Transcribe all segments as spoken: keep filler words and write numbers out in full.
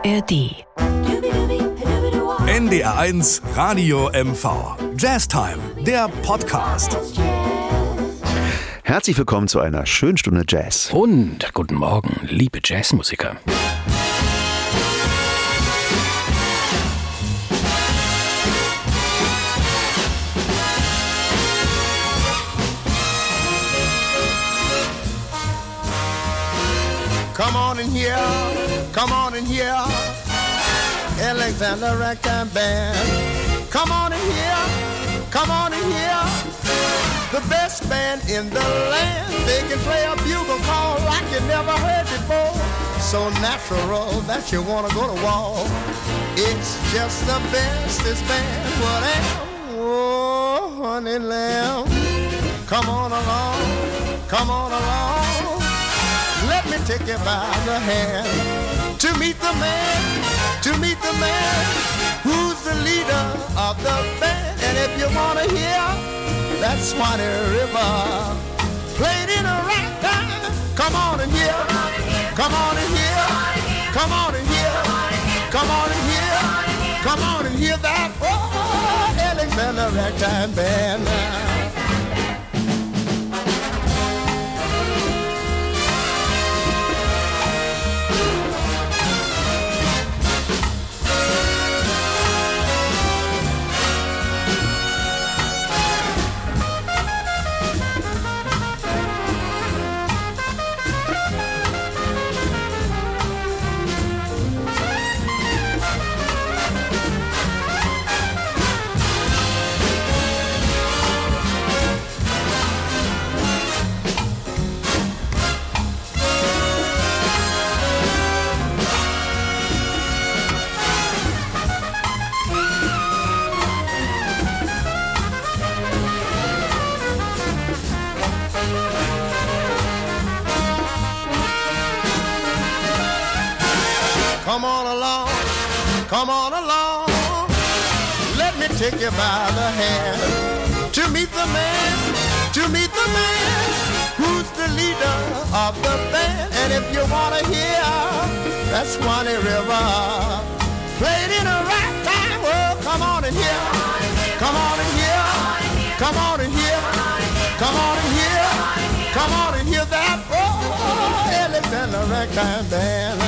R D. N D R eins Radio M V. Jazztime, der Podcast. Herzlich willkommen zu einer schönen Stunde Jazz. Und guten Morgen, liebe Jazzmusiker. Come on in here, come on in here, Alexander Ragtime Band. Come on in here, come on in here, the best band in the land. They can play a bugle call like you never heard before. So natural that you wanna go to war. It's just the bestest band, what am? Oh, honey lamb. Come on along, come on along. Let me take you by the hand to meet the man, to meet the man who's the leader of the band. And if you wanna hear that Swanee River played in a ragtime, come on and hear, come on and hear, come on and hear, come on and hear, come on and hear that oh, Alexander Ragtime Band. Come on along, come on along, let me take you by the hand to meet the man, to meet the man who's the leader of the band. And if you wanna hear that Swanee River played in a ragtime, well, come on and hear, come on and hear, come on and hear, come on and hear, come on and hear that oh, Alexander Ragtime Band.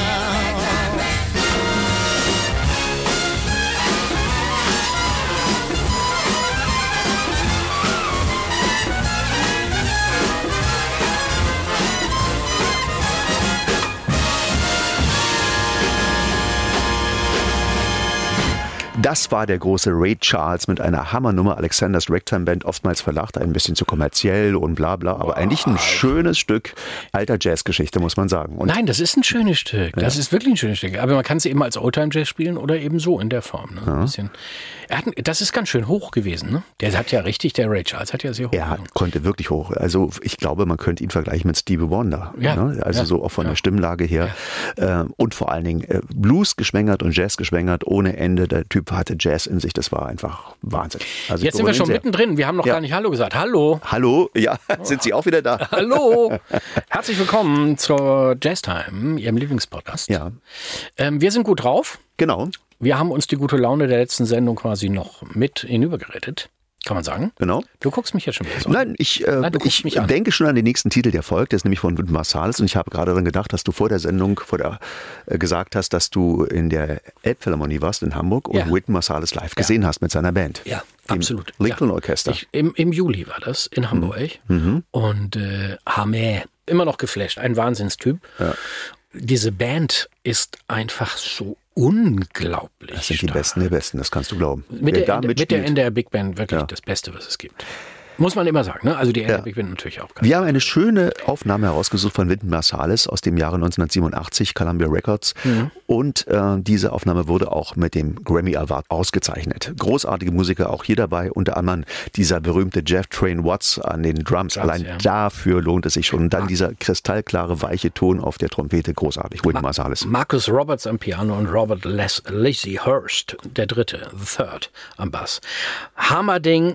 Das war der große Ray Charles mit einer Hammernummer. Alexander's Ragtime Band, oftmals verlacht, ein bisschen zu kommerziell und bla bla, aber eigentlich ein schönes Stück alter Jazzgeschichte, muss man sagen. Und Nein, das ist ein schönes Stück. Das ja. ist wirklich ein schönes Stück. Aber man kann es eben als Oldtime-Jazz spielen oder eben so in der Form. Ne? Ein bisschen. Er hat, das ist ganz schön hoch gewesen. Ne? Der hat ja richtig, der Ray Charles hat ja sehr hoch. Er hat, konnte wirklich hoch. Also ich glaube, man könnte ihn vergleichen mit Stevie Wonder. Ja. Ne? Also ja. so auch von ja. der Stimmlage her. Ja. Und vor allen Dingen Blues geschwängert und Jazz geschwängert ohne Ende. Der Typ hatte Jazz in sich. Das war einfach Wahnsinn. Also Jetzt sind wir schon sehr. mittendrin. Wir haben noch ja. gar nicht Hallo gesagt. Hallo. Hallo. Ja, sind Sie auch wieder da? Hallo. Herzlich willkommen zur Jazztime, Ihrem Lieblingspodcast. Ja. Ähm, wir sind gut drauf. Genau. Wir haben uns die gute Laune der letzten Sendung quasi noch mit hinübergerettet. Kann man sagen? Genau. Du guckst mich jetzt schon wieder so. Nein, ich, äh, Nein, ich denke schon an den nächsten Titel, der folgt. Der ist nämlich von Wynton Marsalis. Und ich habe gerade daran gedacht, dass du vor der Sendung vor der, äh, gesagt hast, dass du in der Elbphilharmonie warst in Hamburg und ja. Wynton Marsalis live ja. gesehen hast mit seiner Band. Ja, absolut. Lincoln ja. Orchester. Ich, im, Im Juli war das in Hamburg. Mhm. Und äh, Hamä, immer noch geflasht. Ein Wahnsinnstyp. Ja. Diese Band ist einfach so unglaublich. Das sind stark. Die Besten der Besten, das kannst du glauben. Mit Wer der, da mit der N D R Big Band wirklich ja. das Beste, was es gibt. Muss man immer sagen, ne? Also die N D R ja. Big Band natürlich auch. Wir haben eine schöne Aufnahme herausgesucht von Wynton Marsalis aus dem Jahre neunzehnhundertsiebenundachtzig, Columbia Records. Mhm. Und äh, diese Aufnahme wurde auch mit dem Grammy Award ausgezeichnet. Großartige Musiker auch hier dabei, unter anderem dieser berühmte Jeff Train Watts an den Drums. Drums Allein ja. dafür lohnt es sich schon. Und dann dieser kristallklare, weiche Ton auf der Trompete, großartig. Wynton Ma- Marsalis. Marcus Roberts am Piano und Robert Les- Lacey Hurst, der Dritte, the Third, am Bass. Hammerding.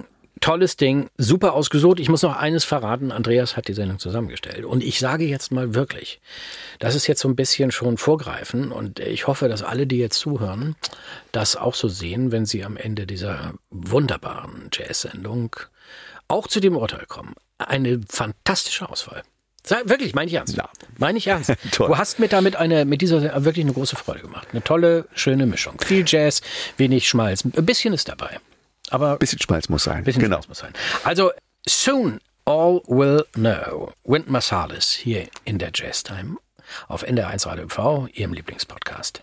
Tolles Ding, super ausgesucht. Ich muss noch eines verraten, Andreas hat die Sendung zusammengestellt. Und ich sage jetzt mal wirklich, das ist jetzt so ein bisschen schon vorgreifen und ich hoffe, dass alle, die jetzt zuhören, das auch so sehen, wenn sie am Ende dieser wunderbaren Jazz-Sendung auch zu dem Urteil kommen. Eine fantastische Auswahl. Sag, wirklich, meine ich ernst. Ja. Meine ich ernst. Du hast mir damit eine, mit dieser wirklich eine große Freude gemacht. Eine tolle, schöne Mischung. Viel Jazz, wenig Schmalz. Ein bisschen ist dabei. Aber bisschen Schmalz muss sein. Bisschen genau. Schmalz muss sein. Also, soon all will know. Wynton Marsalis hier in der Jazz Time auf N D R eins Radio M V, Ihrem Lieblingspodcast.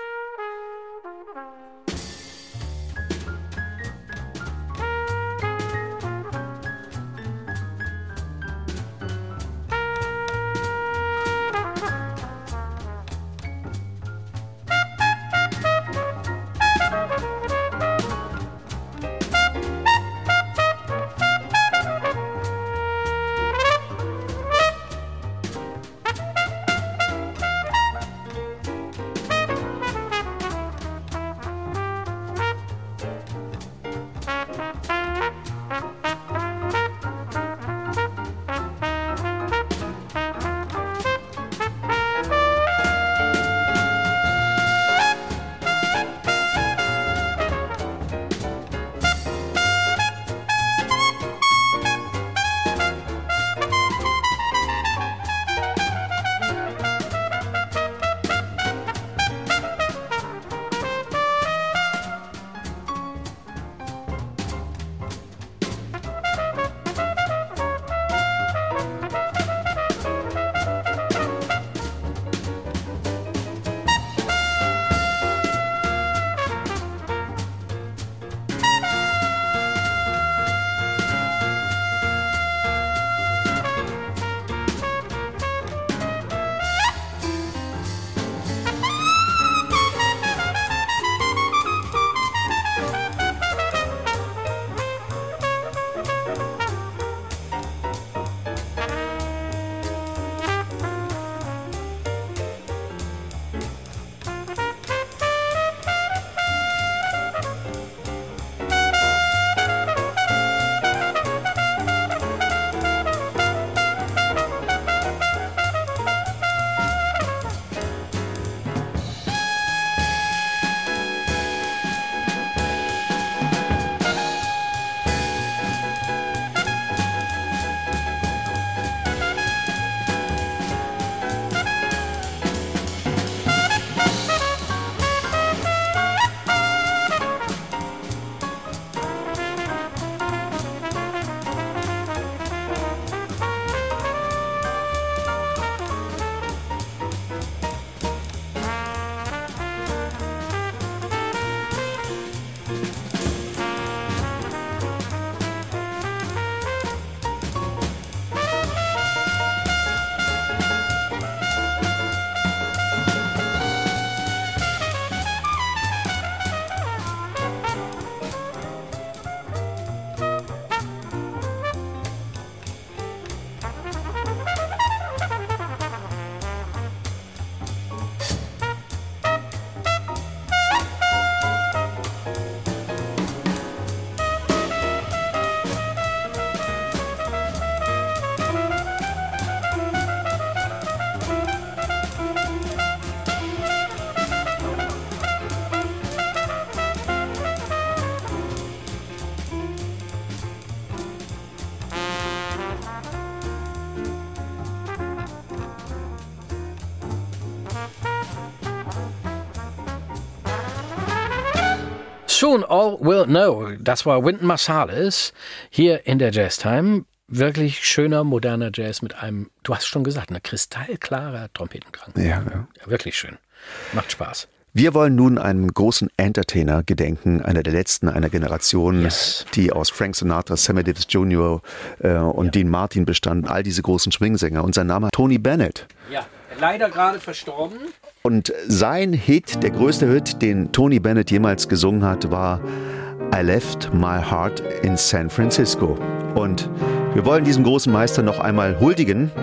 Soon all will know. Das war Wynton Marsalis hier in der Jazz Time. Wirklich schöner, moderner Jazz mit einem, du hast schon gesagt, eine kristallklarer Trompetenklang. Ja, ja. Ja, wirklich schön. Macht Spaß. Wir wollen nun einem großen Entertainer gedenken, einer der letzten einer Generation, Yes. die aus Frank Sinatra, Sammy Davis Junior äh, und ja. Dean Martin bestanden, all diese großen Swing-Sänger. Und sein Name ist Tony Bennett. Ja, leider gerade verstorben. Und sein Hit, der größte Hit, den Tony Bennett jemals gesungen hat, war I Left My Heart in San Francisco. Und wir wollen diesem großen Meister noch einmal huldigen.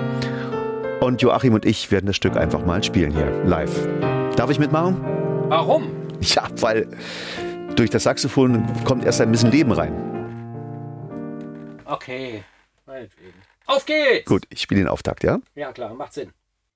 Und Joachim und ich werden das Stück einfach mal spielen hier, live. Darf ich mitmachen? Warum? Ja, weil durch das Saxophon kommt erst ein bisschen Leben rein. Okay, meinetwegen. Auf geht's! Gut, ich spiele den Auftakt, ja? Ja, klar, macht Sinn.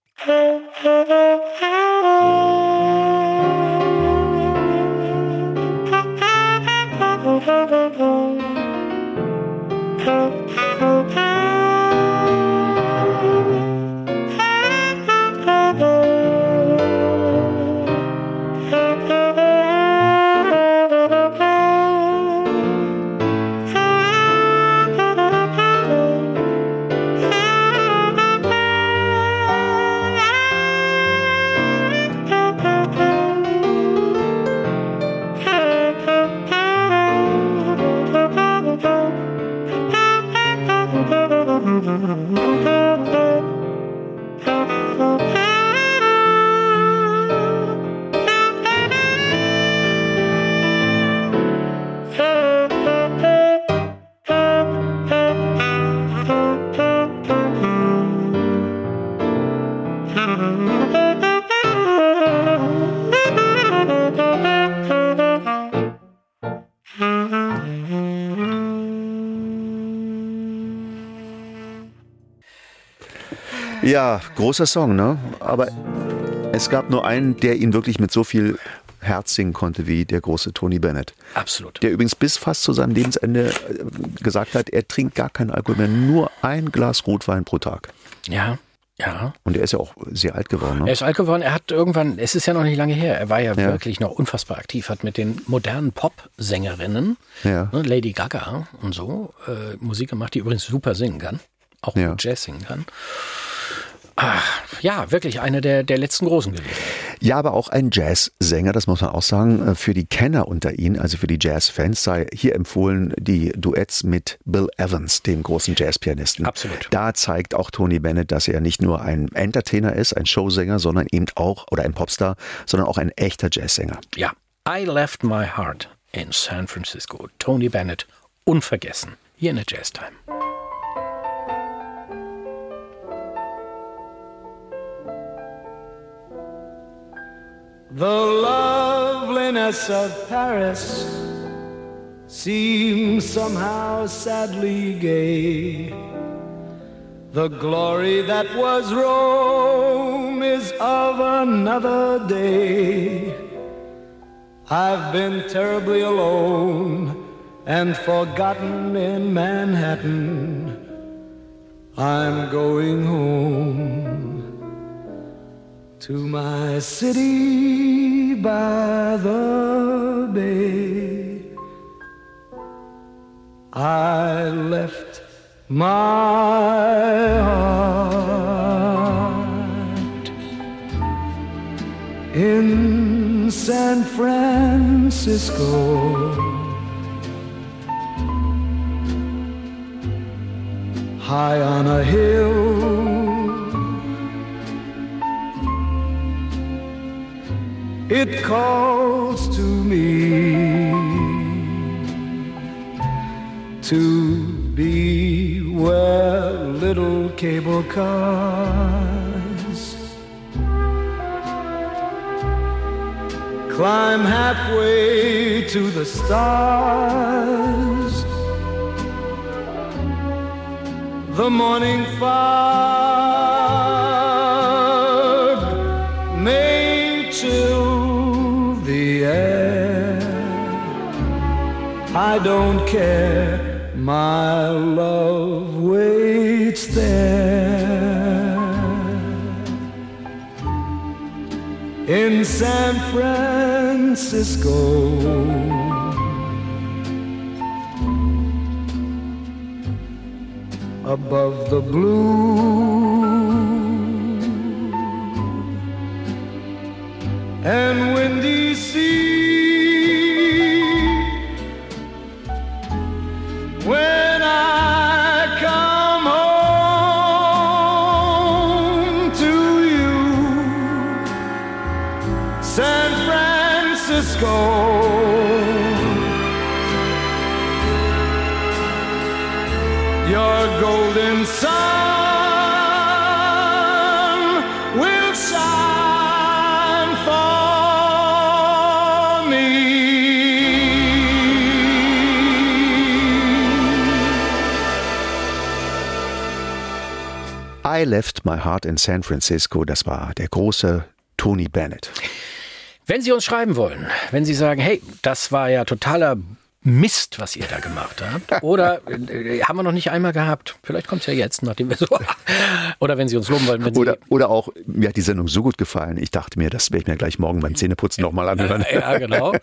Ja, großer Song, ne? Aber es gab nur einen, der ihn wirklich mit so viel Herz singen konnte wie der große Tony Bennett. Absolut. Der übrigens bis fast zu seinem Lebensende gesagt hat, er trinkt gar keinen Alkohol mehr, nur ein Glas Rotwein pro Tag. Ja, ja. Und er ist ja auch sehr alt geworden. Ne? Er ist alt geworden, er hat irgendwann, es ist ja noch nicht lange her, er war ja, Ja. wirklich noch unfassbar aktiv, hat mit den modernen Pop-Sängerinnen, Ja. ne, Lady Gaga und so, äh, Musik gemacht, die übrigens super singen kann, auch Ja. gut Jazz singen kann. Ach, ja, wirklich einer der, der letzten Großen gewesen. Ja, aber auch ein Jazzsänger, das muss man auch sagen, für die Kenner unter Ihnen, also für die Jazzfans, sei hier empfohlen die Duets mit Bill Evans, dem großen Jazzpianisten. Absolut. Da zeigt auch Tony Bennett, dass er nicht nur ein Entertainer ist, ein Showsänger, sondern eben auch, oder ein Popstar, sondern auch ein echter Jazzsänger. Ja, I Left My Heart in San Francisco. Tony Bennett, unvergessen, hier in der Jazz Time. The loveliness of Paris seems somehow sadly gay. The glory that was Rome is of another day. I've been terribly alone and forgotten in Manhattan. I'm going home to my city by the bay. I left my heart in San Francisco, high on a hill. It calls to me to be where little cable cars climb halfway to the stars. The morning fog may chill the air. I don't care, my love waits there in San Francisco. Above the blue and windy sea, when I come home to you, San Francisco, your golden sun will shine for me. I Left My Heart in San Francisco, das war der große Tony Bennett. Wenn Sie uns schreiben wollen, wenn Sie sagen, hey, das war ja totaler Mist, was ihr da gemacht habt. Oder äh, haben wir noch nicht einmal gehabt. Vielleicht kommt es ja jetzt, nachdem wir so... Oder wenn Sie uns loben wollen. Wenn Sie oder, oder auch, mir hat die Sendung so gut gefallen, ich dachte mir, das werde ich mir gleich morgen beim Zähneputzen nochmal anhören. Äh, ja, genau.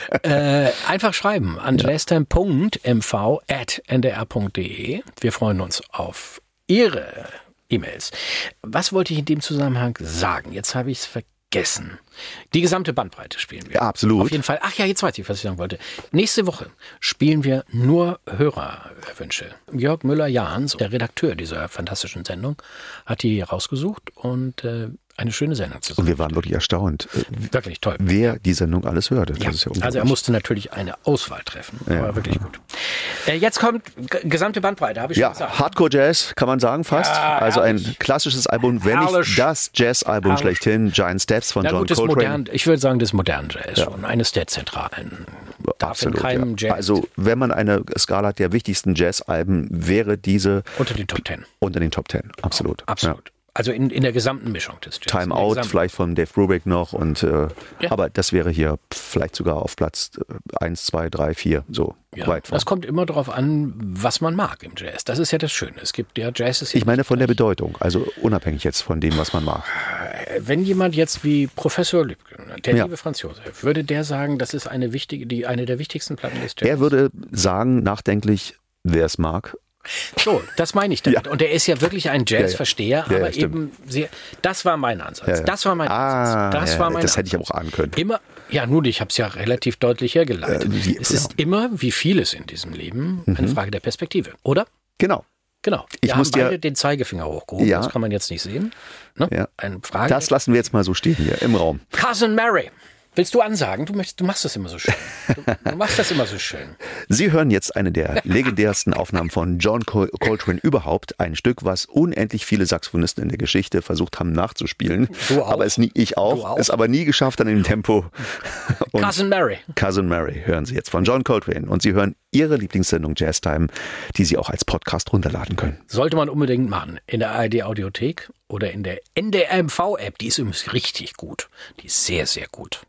äh, einfach schreiben an ja. jazztime punkt m v at n d r punkt d e. Wir freuen uns auf Ihre E-Mails. Was wollte ich in dem Zusammenhang sagen? Jetzt habe ich es vergessen. Gessen. Die gesamte Bandbreite spielen wir. Ja, absolut. Auf jeden Fall. Ach ja, jetzt weiß ich, was ich sagen wollte. Nächste Woche spielen wir nur Hörerwünsche. Jörg Müller-Jahns, der Redakteur dieser fantastischen Sendung, hat die rausgesucht und äh, eine schöne Sendung zusammen. Und wir waren wirklich erstaunt. Wirklich toll. Wer die Sendung alles hörte. Das ja. ist ja Also er musste natürlich eine Auswahl treffen. Ja. Aber wirklich gut. Äh, jetzt kommt g- gesamte Bandbreite, habe ich ja, schon gesagt. Hardcore Jazz, kann man sagen fast. Ja, also herrlich. ein klassisches Album, wenn Herrlich. nicht das Jazz-Album Herrlich. schlechthin, Giant Steps von Ja, John gut, das Coltrane. modern, ich würde sagen, das moderne Jazz Ja. schon. Eines der zentralen. Darf Absolut, in keinem ja. Jazz Also wenn man eine Skala hat der wichtigsten Jazz-Alben, wäre diese unter den Top Ten. unter den Top Ten. Absolut. Absolut. Ja. Also in, in der gesamten Mischung des Jazz. Time Out, vielleicht von Dave Brubeck noch. Und, äh, Ja. Aber das wäre hier vielleicht sogar auf Platz eins, zwei, drei, vier, so Ja, weit vor. das kommt immer darauf an, was man mag im Jazz. Das ist ja das Schöne. Es gibt ja Jazz ist ja Ich meine von der Bedeutung, also unabhängig jetzt von dem, was man mag. Wenn jemand jetzt wie Professor Lübken, der Ja. liebe Franz Josef, würde der sagen, das ist eine wichtige, die eine der wichtigsten Platten des Jazz? Er würde sagen, nachdenklich, wer es mag. So, das meine ich damit. Ja. Und er ist ja wirklich ein Jazzversteher, Ja, ja. Ja, aber ja, stimmt. eben sehr. Das war mein Ansatz. Ja, ja. Das war mein Ah, Ansatz. Das ja, war mein das hätte ich Ansatz. aber auch ahnen können. Immer, ja, nun, ich habe es ja relativ deutlich hergeleitet. Äh, wie- es ja. ist immer, wie vieles in diesem Leben, eine Frage der Perspektive, oder? Genau. Genau. Ich Wir muss haben beide dir- den Zeigefinger hochgehoben. Ja. Das kann man jetzt nicht sehen. Ne? Ja. Eine Frage. Das lassen wir jetzt mal so stehen hier im Raum. Cousin Mary. Willst du ansagen? Du, möchtest, du machst das immer so schön. Du, du machst das immer so schön. Sie hören jetzt eine der legendärsten Aufnahmen von John Col- Coltrane überhaupt. Ein Stück, was unendlich viele Saxophonisten in der Geschichte versucht haben nachzuspielen. Du auch. Aber es nie, ich auch, Du auch. es aber nie geschafft an dem Tempo. Und Cousin Mary. Cousin Mary hören Sie jetzt von John Coltrane. Und Sie hören Ihre Lieblingssendung Jazz Time, die Sie auch als Podcast runterladen können. Sollte man unbedingt machen. In der A R D Audiothek oder in der N D R M V App. Die ist übrigens richtig gut. Die ist sehr, sehr gut.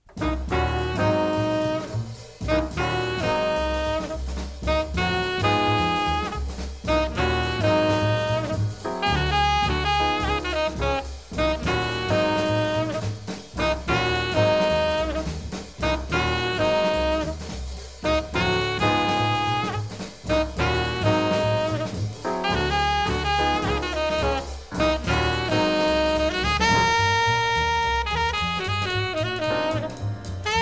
Thank you.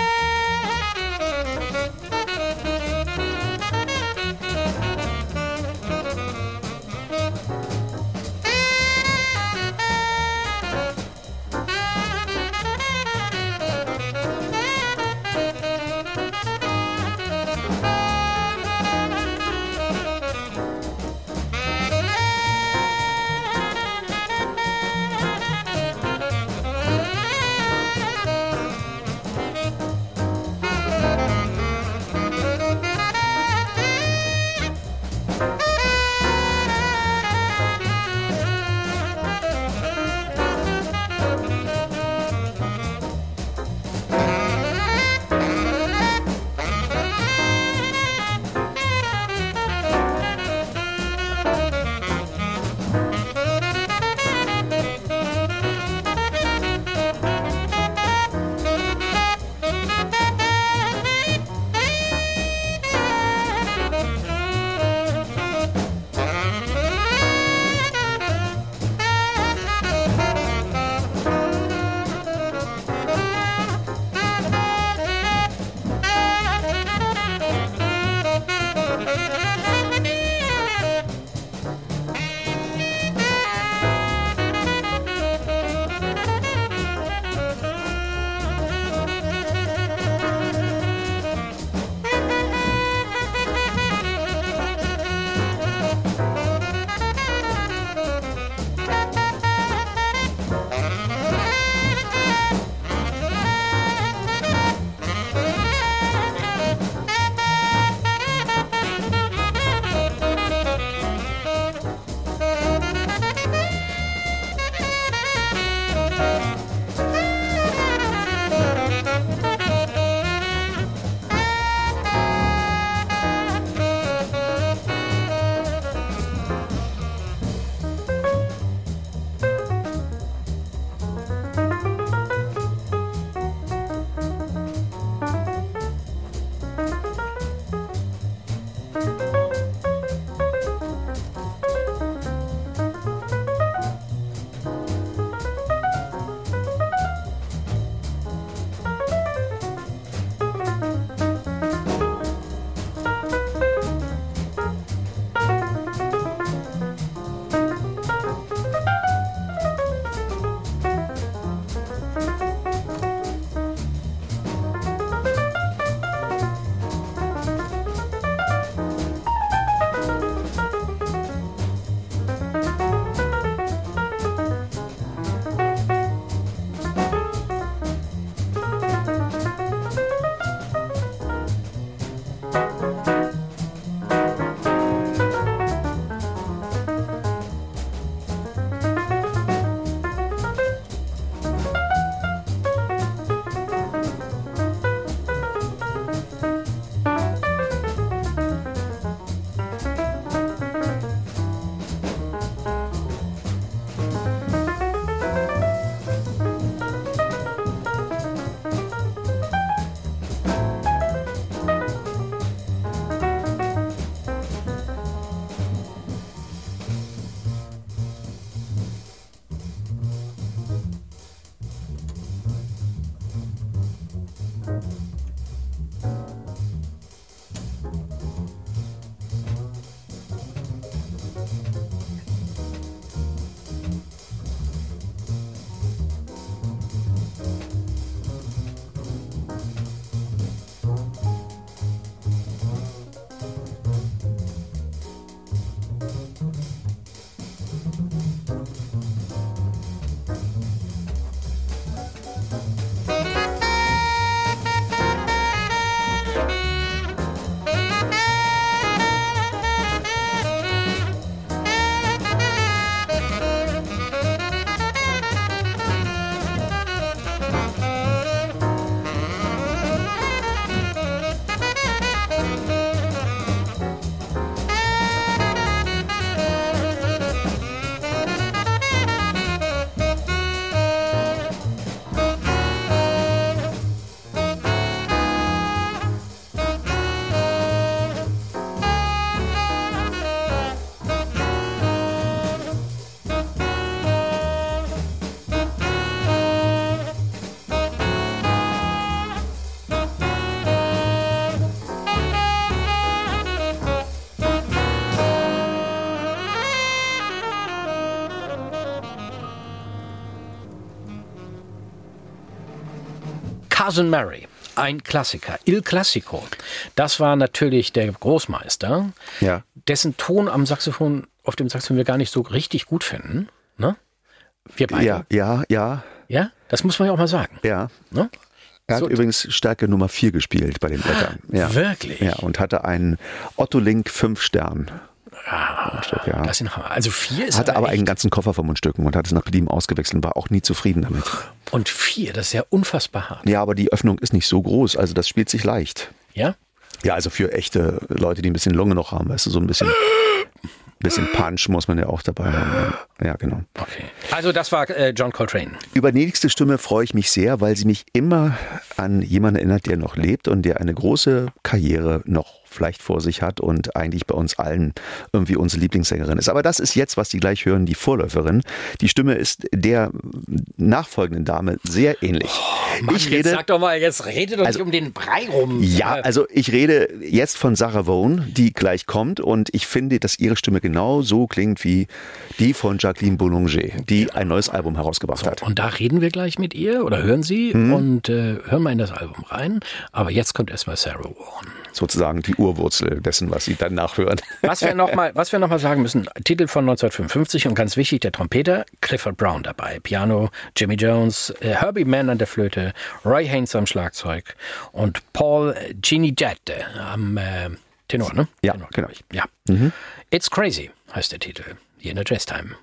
Cousin Mary, ein Klassiker, Il Classico. Das war natürlich der Großmeister, Ja. dessen Ton am Saxophon, auf dem Saxophon wir gar nicht so richtig gut finden. Ne? Wir beide. Ja, ja, ja, Ja, das muss man ja auch mal sagen. ja. Ne? Er hat So- übrigens Stärke Nummer vier gespielt bei den Blättern. Ja. Wirklich? Ja, und hatte einen Otto Link fünf Stern. Ah, Stück, ja. das sind, also vier ist Hatte aber echt, einen ganzen Koffer von Mundstücken und hat es nach Belieben ausgewechselt und war auch nie zufrieden damit. und vier, das ist ja unfassbar hart. Ja, aber die Öffnung ist nicht so groß, also das spielt sich leicht. Ja? Ja, also für echte Leute, die ein bisschen Lunge noch haben, weißt du, so ein bisschen, bisschen Punch muss man ja auch dabei haben. Ja, genau. Okay. Also das war äh, John Coltrane. Über die nächste Stimme freue ich mich sehr, weil sie mich immer an jemanden erinnert, der noch lebt und der eine große Karriere noch vielleicht vor sich hat und eigentlich bei uns allen irgendwie unsere Lieblingssängerin ist. Aber das ist jetzt, was Sie gleich hören, die Vorläuferin. Die Stimme ist der nachfolgenden Dame sehr ähnlich. Mann, ich jetzt rede, sag doch mal, jetzt rede doch Also- nicht um den Brei rum. ja, also ich rede jetzt von Sarah Vaughan, die gleich kommt und ich finde, dass ihre Stimme genau so klingt wie die von Jacqueline Boulanger, die ein neues Album herausgebracht hat. Und da reden wir gleich mit ihr oder hören sie Mhm. und äh, hören mal in das Album rein. Aber jetzt kommt erstmal Sarah Vaughan. Sozusagen die Urwurzel dessen, was Sie dann nachhören. Was wir nochmal noch mal sagen müssen, Titel von neunzehnhundertfünfundfünfzig und ganz wichtig, der Trompeter Clifford Brown dabei, Piano Jimmy Jones, äh, Herbie Mann an der Flöte, Roy Haynes am Schlagzeug und Paul Ginigetto am äh, Tenor, ne? Ja, Tenor, genau. glaub ich. Ja. It's Crazy heißt der Titel, hier in der Jazztime.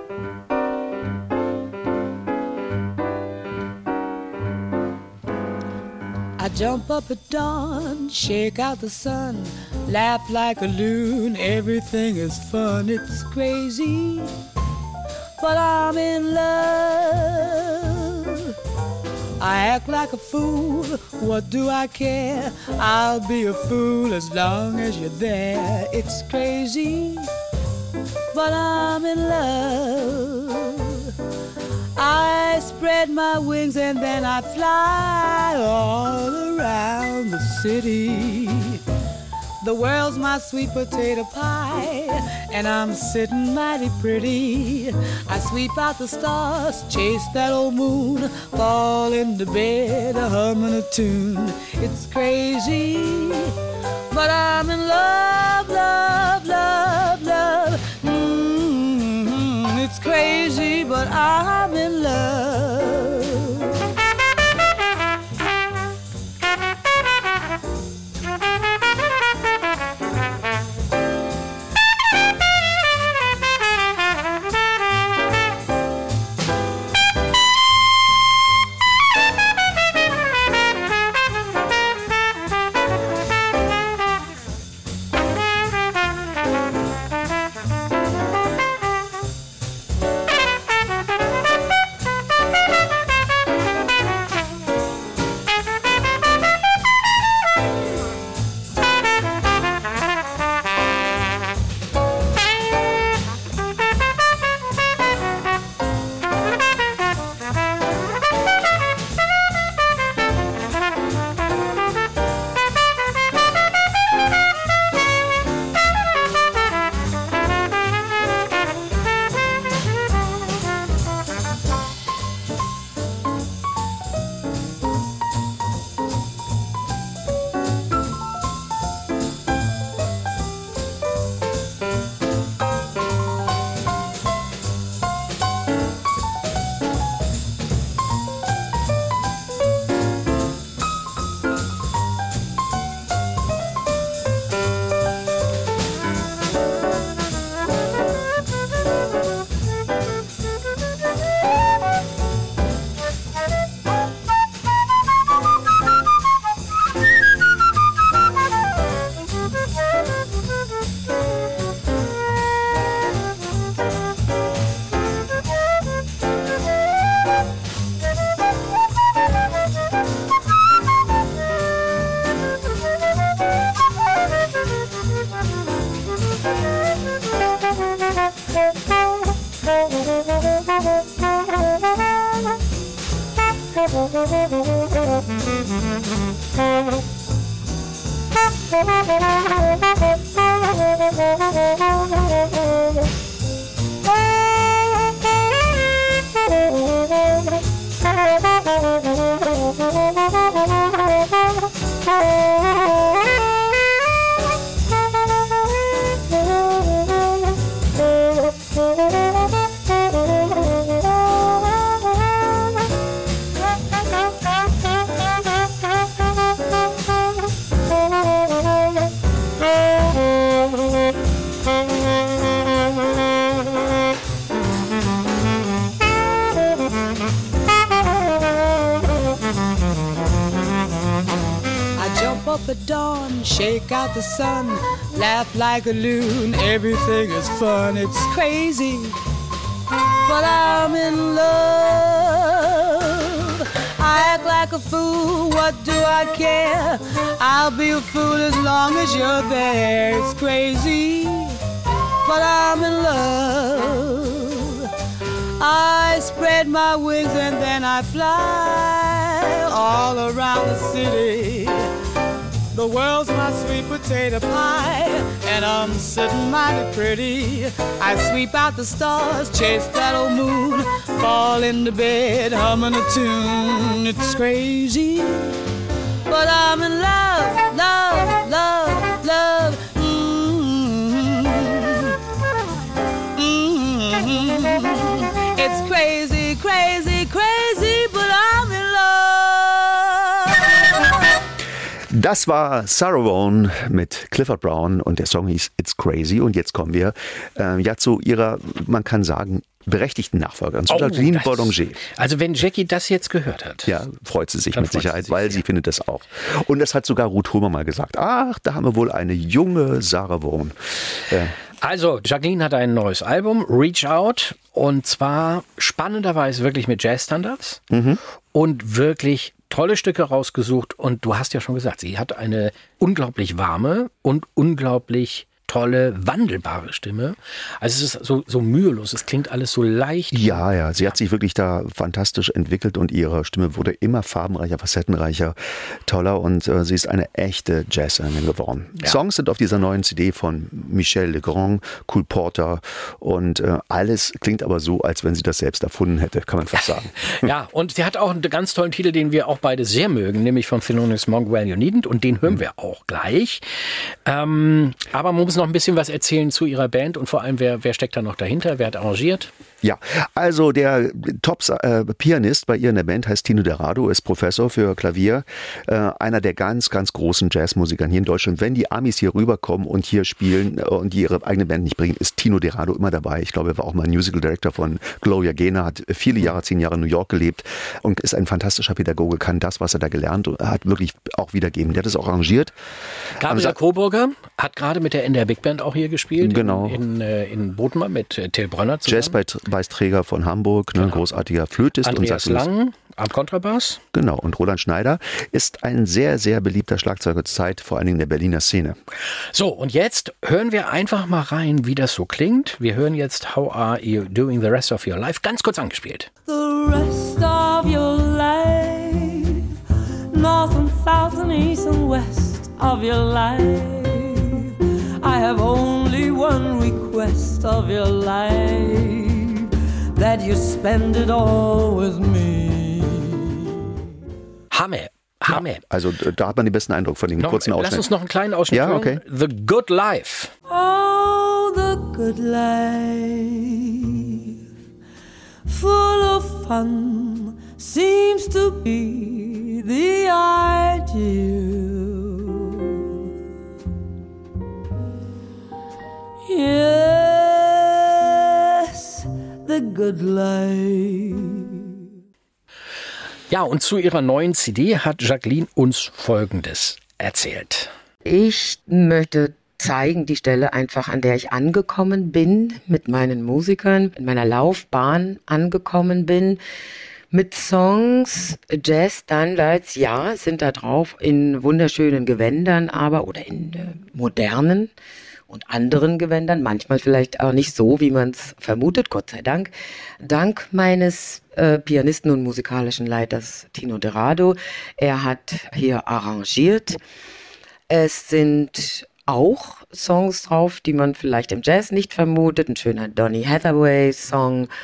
I jump up at dawn, shake out the sun, laugh like a loon, everything is fun, it's crazy, but I'm in love. I act like a fool, what do I care? I'll be a fool as long as you're there. It's crazy, but I'm in love. I spread my wings and then I fly all around the city. The world's my sweet potato pie, and I'm sitting mighty pretty. I sweep out the stars, chase that old moon, fall into bed humming a tune. It's crazy, but I'm in love, love, love, love. Mm-hmm. It's crazy, but I'm in love. Thank you. At dawn, shake out the sun, laugh like a loon, everything is fun, it's crazy, but I'm in love. I act like a fool, what do I care? I'll be a fool as long as you're there. It's crazy, but I'm in love. I spread my wings and then I fly all around the city. The world's my sweet potato pie, and I'm sitting mighty pretty. I sweep out the stars, chase that old moon, fall into bed, humming a tune. It's crazy, but I'm in love, love, love, love. Mm-hmm. Mm-hmm. It's crazy, crazy, crazy, but I'm in love. Das war Sarah Vaughan mit Clifford Brown und der Song hieß It's Crazy. Und jetzt kommen wir äh, ja zu ihrer, man kann sagen, berechtigten Nachfolgerin, zu oh, Jacqueline Bollinger. Also wenn Jackie das jetzt gehört hat. Ja, freut sie sich Dann mit freut Sicherheit, sie sich, weil ja. sie findet das auch. Und das hat sogar Ruth Hulmer mal gesagt. Ach, da haben wir wohl eine junge Sarah Vaughan. Äh, Also, Jacqueline hat ein neues Album, Reach Out, und zwar spannenderweise wirklich mit Jazzstandards mhm. und wirklich tolle Stücke rausgesucht. Und du hast ja schon gesagt, sie hat eine unglaublich warme und unglaublich tolle, wandelbare Stimme. Also es ist so, so mühelos, es klingt alles so leicht. Ja, ja, sie hat sich wirklich da fantastisch entwickelt und ihre Stimme wurde immer farbenreicher, facettenreicher, toller und äh, sie ist eine echte Jazzerin geworden. Ja. Songs sind auf dieser neuen C D von Michel Legrand, Cole Porter und äh, alles klingt aber so, als wenn sie das selbst erfunden hätte, kann man fast sagen. Ja, und sie hat auch einen ganz tollen Titel, den wir auch beide sehr mögen, nämlich von Thelonious Monk, Well You Needn't, und den hören mhm. wir auch gleich. Ähm, aber man muss noch ein bisschen was erzählen zu ihrer Band und vor allem, wer, wer steckt da noch dahinter, wer hat arrangiert? Ja, also der Top-Pianist bei ihr in der Band heißt Tino Derado, ist Professor für Klavier, äh, einer der ganz, ganz großen Jazzmusikern hier in Deutschland. Wenn die Amis hier rüberkommen und hier spielen und die ihre eigene Band nicht bringen, ist Tino Derado immer dabei. Ich glaube, er war auch mal Musical Director von Gloria Gaynor, hat viele Jahre, zehn Jahre in New York gelebt und ist ein fantastischer Pädagoge, kann das, was er da gelernt hat, wirklich auch wiedergeben. Der hat es auch arrangiert. Gabriel Coburger hat gerade mit der N D R Big Band auch hier gespielt. Genau. In, in, in Bothmer mit Till Brönner zusammen. Jazzpreisträger von Hamburg, ne, genau. Großartiger Flötist. Andreas und Lang am Kontrabass. Genau, und Roland Schneider ist ein sehr, sehr beliebter Schlagzeuger zur Zeit, vor allen Dingen in der Berliner Szene. So, und jetzt hören wir einfach mal rein, wie das so klingt. Wir hören jetzt How Are You Doing the Rest of Your Life, ganz kurz angespielt. The rest of your life, north and south and east and west of your life, I have only one request of your life, that you spend it all with me. Hammer. Hammer. Ja, also da hat man den besten Eindruck von den noch, kurzen Ausschnitt. Lass uns noch einen kleinen Ausschnitt ja, hören. Okay. The Good Life. Oh, the good life, full of fun, seems to be the ideal. Yes, the good life. Ja, und zu ihrer neuen C D hat Jacqueline uns Folgendes erzählt. Ich möchte zeigen die Stelle einfach, an der ich angekommen bin, mit meinen Musikern, in meiner Laufbahn angekommen bin, mit Songs, Jazz-Standards, ja, sind da drauf, in wunderschönen Gewändern, aber, oder in äh, modernen und anderen Gewändern, manchmal vielleicht auch nicht so, wie man es vermutet, Gott sei Dank. Dank meines äh, Pianisten und musikalischen Leiters Tino Derado. Er hat hier arrangiert. Es sind auch Songs drauf, die man vielleicht im Jazz nicht vermutet. Ein schöner Donny Hathaway-Song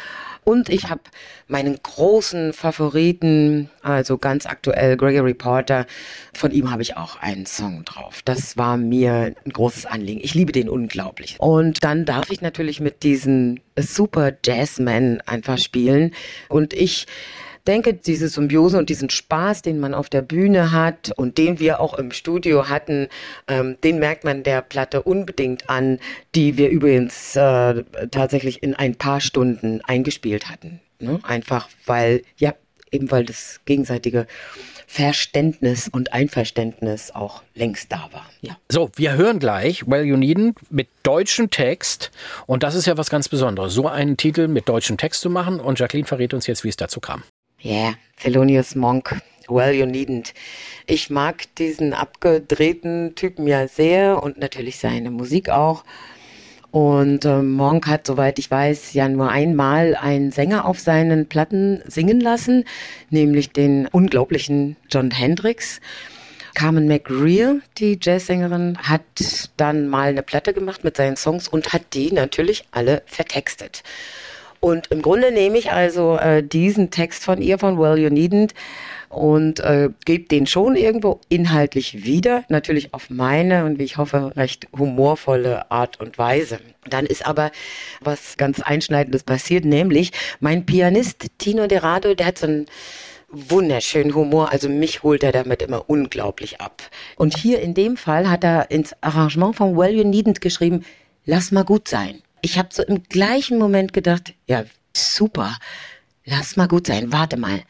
Und ich habe meinen großen Favoriten, also ganz aktuell Gregory Porter, von ihm habe ich auch einen Song drauf. Das war mir ein großes Anliegen. Ich liebe den unglaublich. Und dann darf ich natürlich mit diesen Super Jazzmen einfach spielen. Und ich denke, diese Symbiose und diesen Spaß, den man auf der Bühne hat und den wir auch im Studio hatten, ähm, den merkt man der Platte unbedingt an, die wir übrigens äh, tatsächlich in ein paar Stunden eingespielt hatten. Ne? Einfach weil, ja, eben weil das gegenseitige Verständnis und Einverständnis auch längst da war. Ja. So, wir hören gleich Well You Needn't mit deutschem Text. Und das ist ja was ganz Besonderes, so einen Titel mit deutschem Text zu machen. Und Jacqueline verrät uns jetzt, wie es dazu kam. Ja, yeah, Thelonious Monk, Well You Needn't. Ich mag diesen abgedrehten Typen ja sehr und natürlich seine Musik auch. Und äh, Monk hat, soweit ich weiß, ja nur einmal einen Sänger auf seinen Platten singen lassen, nämlich den unglaublichen Jon Hendricks. Carmen McRae, die Jazzsängerin, hat dann mal eine Platte gemacht mit seinen Songs und hat die natürlich alle vertextet. Und im Grunde nehme ich also äh, diesen Text von ihr, von Well You Needn't, und äh, gebe den schon irgendwo inhaltlich wieder, natürlich auf meine und wie ich hoffe recht humorvolle Art und Weise. Dann ist aber was ganz Einschneidendes passiert, nämlich mein Pianist Tino Derado, der hat so einen wunderschönen Humor, also mich holt er damit immer unglaublich ab. Und hier in dem Fall hat er ins Arrangement von Well You Needn't geschrieben, lass mal gut sein. Ich habe so im gleichen Moment gedacht, ja, super, lass mal gut sein, warte mal.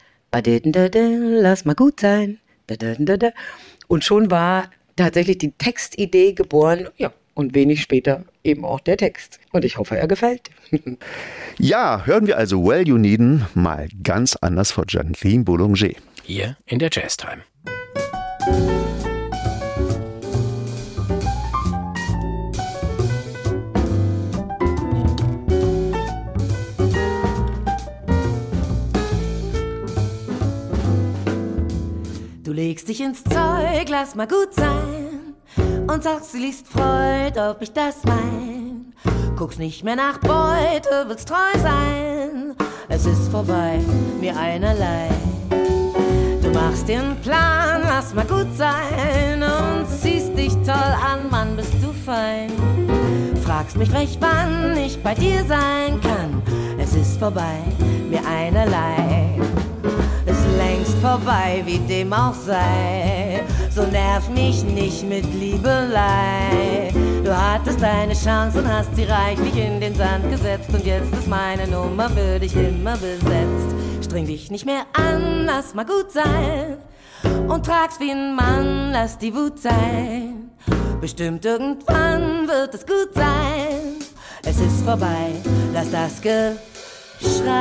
Lass mal gut sein. Und schon war tatsächlich die Textidee geboren, ja, und wenig später eben auch der Text. Und ich hoffe, er gefällt. Ja, hören wir also Well You Needn't mal ganz anders von Jacqueline Boulanger. Hier in der Jazztime. Du legst dich ins Zeug, lass mal gut sein und sagst, du liest Freud, ob ich das mein. Guckst nicht mehr nach Beute, willst treu sein. Es ist vorbei, mir einerlei. Du machst dir einen Plan, lass mal gut sein und ziehst dich toll an, Mann, bist du fein. Fragst mich recht, wann ich bei dir sein kann. Es ist vorbei, mir einerlei. Ist längst vorbei, wie dem auch sei. So nerv mich nicht mit Liebelei. Du hattest deine Chance und hast sie reichlich in den Sand gesetzt. Und jetzt ist meine Nummer für dich immer besetzt. Streng dich nicht mehr an, lass mal gut sein. Und trag's wie ein Mann, lass die Wut sein. Bestimmt irgendwann wird es gut sein. Es ist vorbei, lass das Geschrei.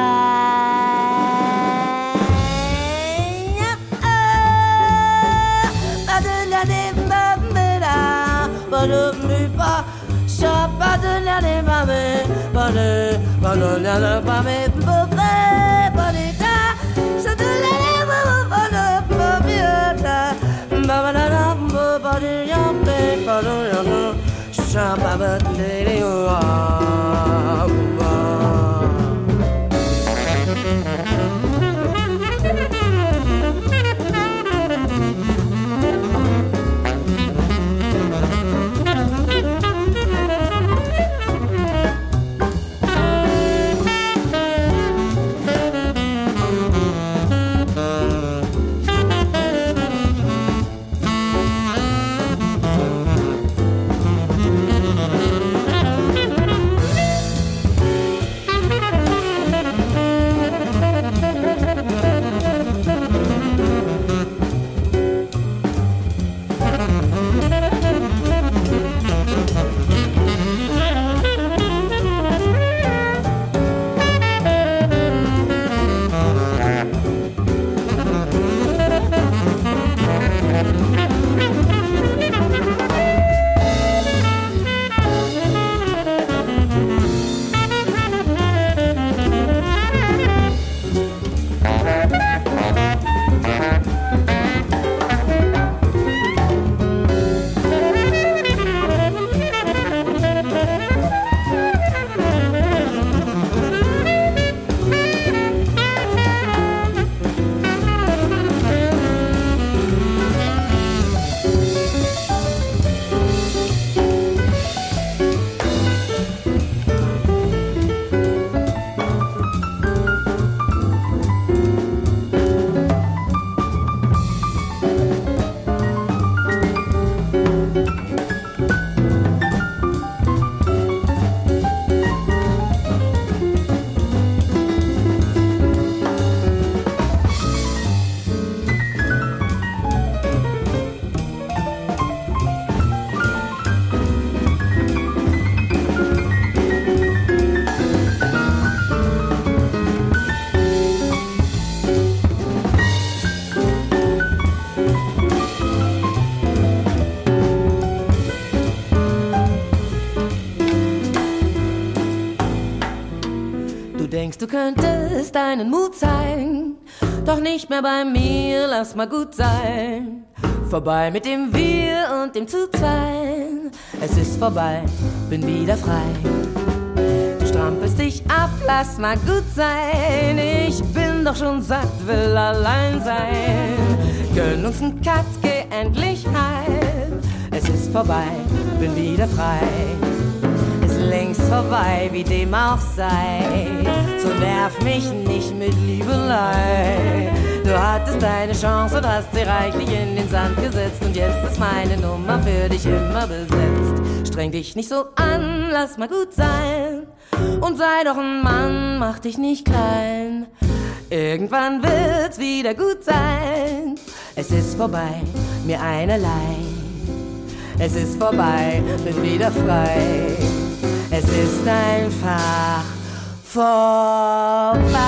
könntest deinen Mut zeigen, doch nicht mehr bei mir, lass mal gut sein. Vorbei mit dem Wir und dem Zuzweien. Es ist vorbei, bin wieder frei. Du strampelst dich ab, lass mal gut sein. Ich bin doch schon satt, will allein sein. Gönn uns einen Cut, geh endlich heim. Es ist vorbei, bin wieder frei. Ist längst vorbei, wie dem auch sei. So nerv mich nicht mit Liebelei. Du hattest deine Chance und hast sie reichlich in den Sand gesetzt. Und jetzt ist meine Nummer für dich immer besetzt. Streng dich nicht so an, lass mal gut sein. Und sei doch ein Mann, mach dich nicht klein. Irgendwann wird's wieder gut sein. Es ist vorbei, mir einerlei. Es ist vorbei, bin wieder frei. Es ist einfach vorbei.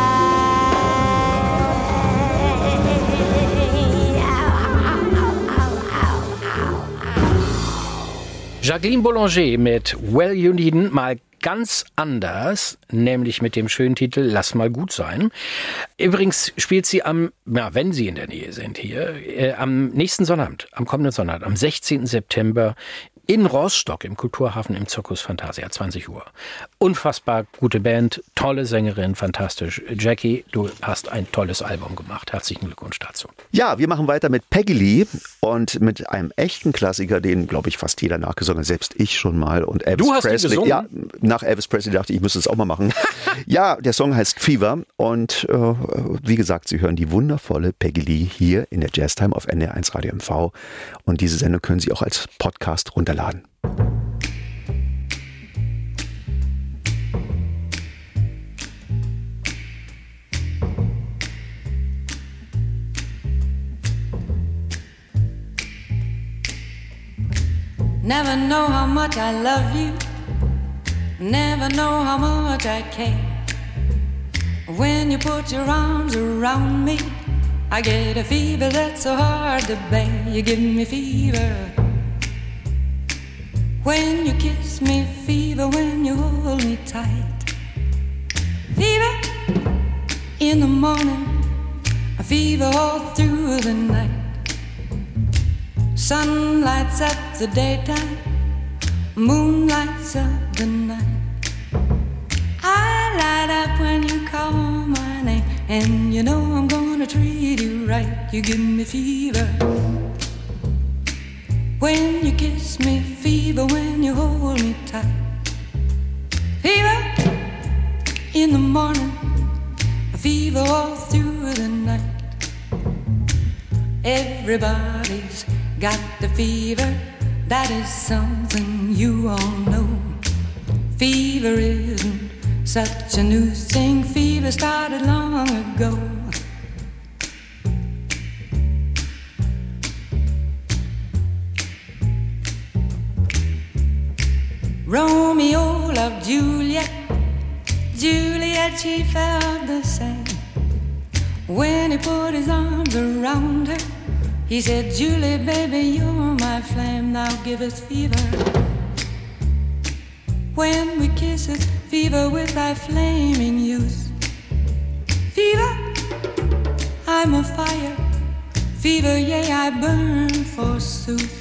Jacqueline Boulanger mit Well You Needn't, mal ganz anders, nämlich mit dem schönen Titel Lass mal gut sein. Übrigens spielt sie am, ja, wenn Sie in der Nähe sind hier, äh, am nächsten Sonnabend, am kommenden Sonnabend, am sechzehnten September in Rostock im Kulturhafen im Circus Fantasia, zwanzig Uhr. Unfassbar gute Band, tolle Sängerin, fantastisch. Jackie, du hast ein tolles Album gemacht. Herzlichen Glückwunsch dazu. Ja, wir machen weiter mit Peggy Lee und mit einem echten Klassiker, den, glaube ich, fast jeder nachgesungen hat, selbst ich schon mal. Und Elvis du hast Presley. ihn gesungen? Ja, nach Elvis Presley dachte ich, ich müsste es auch mal machen. Ja, der Song heißt Fever und äh, wie gesagt, Sie hören die wundervolle Peggy Lee hier in der Jazztime auf N D R eins Radio M V und diese Sendung können Sie auch als Podcast runterladen. Never know how much I love you. Never know how much I care. When you put your arms around me, I get a fever that's so hard to bear. You give me fever when you kiss me, fever when you hold me tight. Fever in the morning, a fever all through the night. Sun lights up the daytime, moon lights up the night. I light up when you call my name, and you know I'm gonna treat you right. You give me fever when you kiss me, fever when you hold me tight. Fever in the morning, a fever all through the night. Everybody's got the fever, that is something you all know. Fever isn't such a new thing, fever started long ago. Romeo loved Juliet, Juliet, she felt the same. When he put his arms around her, he said, Julie, baby, you're my flame, now give us fever. When we kiss it, fever with thy flaming youth. Fever, I'm a fire, fever, yea, I burn forsooth.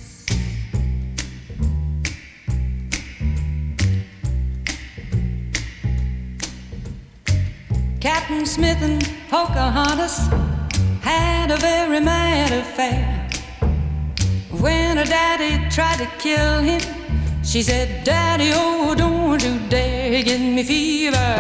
Captain Smith and Pocahontas had a very mad affair. When her daddy tried to kill him, she said, Daddy, oh, don't you dare give me fever.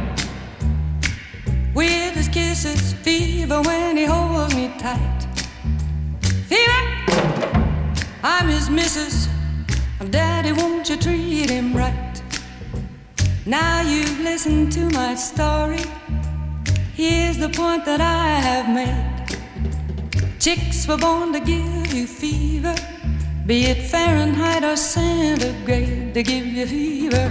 With his kisses, fever when he holds me tight. Fever, I'm his missus, Daddy, won't you treat him right? Now you've listened to my story, here's the point that I have made. Chicks were born to give you fever, be it Fahrenheit or centigrade, they give you fever.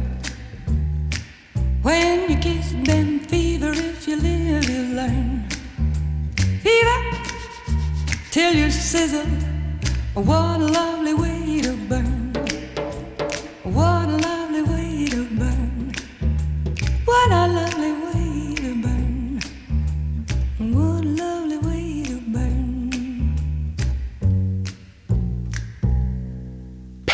When you kiss them, fever, if you live, you learn. Fever, till you sizzle, what a lovely way to burn. What a lovely way to burn. What a lovely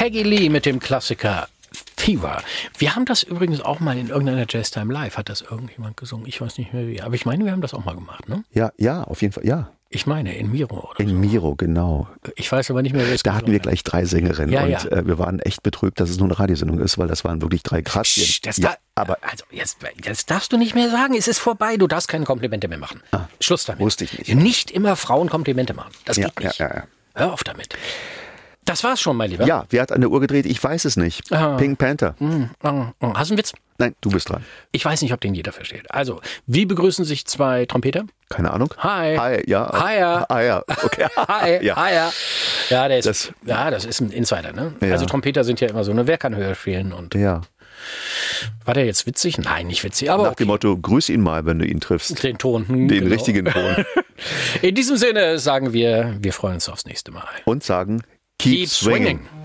Peggy Lee mit dem Klassiker Fever. Wir haben das übrigens auch mal in irgendeiner Jazztime Live, hat das irgendjemand gesungen. Ich weiß nicht mehr wie. Aber ich meine, wir haben das auch mal gemacht, ne? Ja, ja, auf jeden Fall, ja. Ich meine, in Miro. Oder in so. Miro, genau. Ich weiß aber nicht mehr, wer es Da hatten wir gleich drei Sängerinnen ja, und ja. Äh, wir waren echt betrübt, dass es nur eine Radiosendung ist, weil das waren wirklich drei Grazien. Psst, das ja, da, aber also jetzt, jetzt darfst du nicht mehr sagen, es ist vorbei, du darfst keine Komplimente mehr machen. Ah, Schluss damit. wusste ich nicht. Nicht immer Frauen Komplimente machen. Das ja, geht nicht. Ja, ja, ja. Hör auf damit. Das war's schon, mein Lieber. Ja, wer hat an der Uhr gedreht? Ich weiß es nicht. Ah. Pink Panther. Mm, mm, mm. Hast du einen Witz? Nein, du bist dran. Ich weiß nicht, ob den jeder versteht. Also, wie begrüßen sich zwei Trompeter? Keine Ahnung. Hi. Hi, ja. Hi, ja. Ah, ja. Okay. Hi, ja. hi, ja. Ja, der ist, Das- ja, das ist ein Insider, ne? Ja. Also Trompeter sind ja immer so, ne? Wer kann höher spielen? Und Ja. war der jetzt witzig? Nein, nicht witzig, aber Nach okay. dem Motto, grüß ihn mal, wenn du ihn triffst. Den Ton. hm, Den genau. richtigen Ton. In diesem Sinne sagen wir, wir freuen uns aufs nächste Mal. Und sagen, keep, Keep swinging. swinging.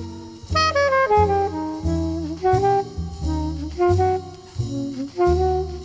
Thank you.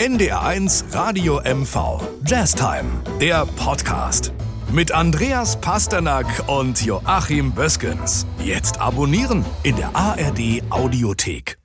N D R eins Radio M V. Jazztime, der Podcast. Mit Andreas Pasternak und Joachim Böskens. Jetzt abonnieren in der A R D Audiothek.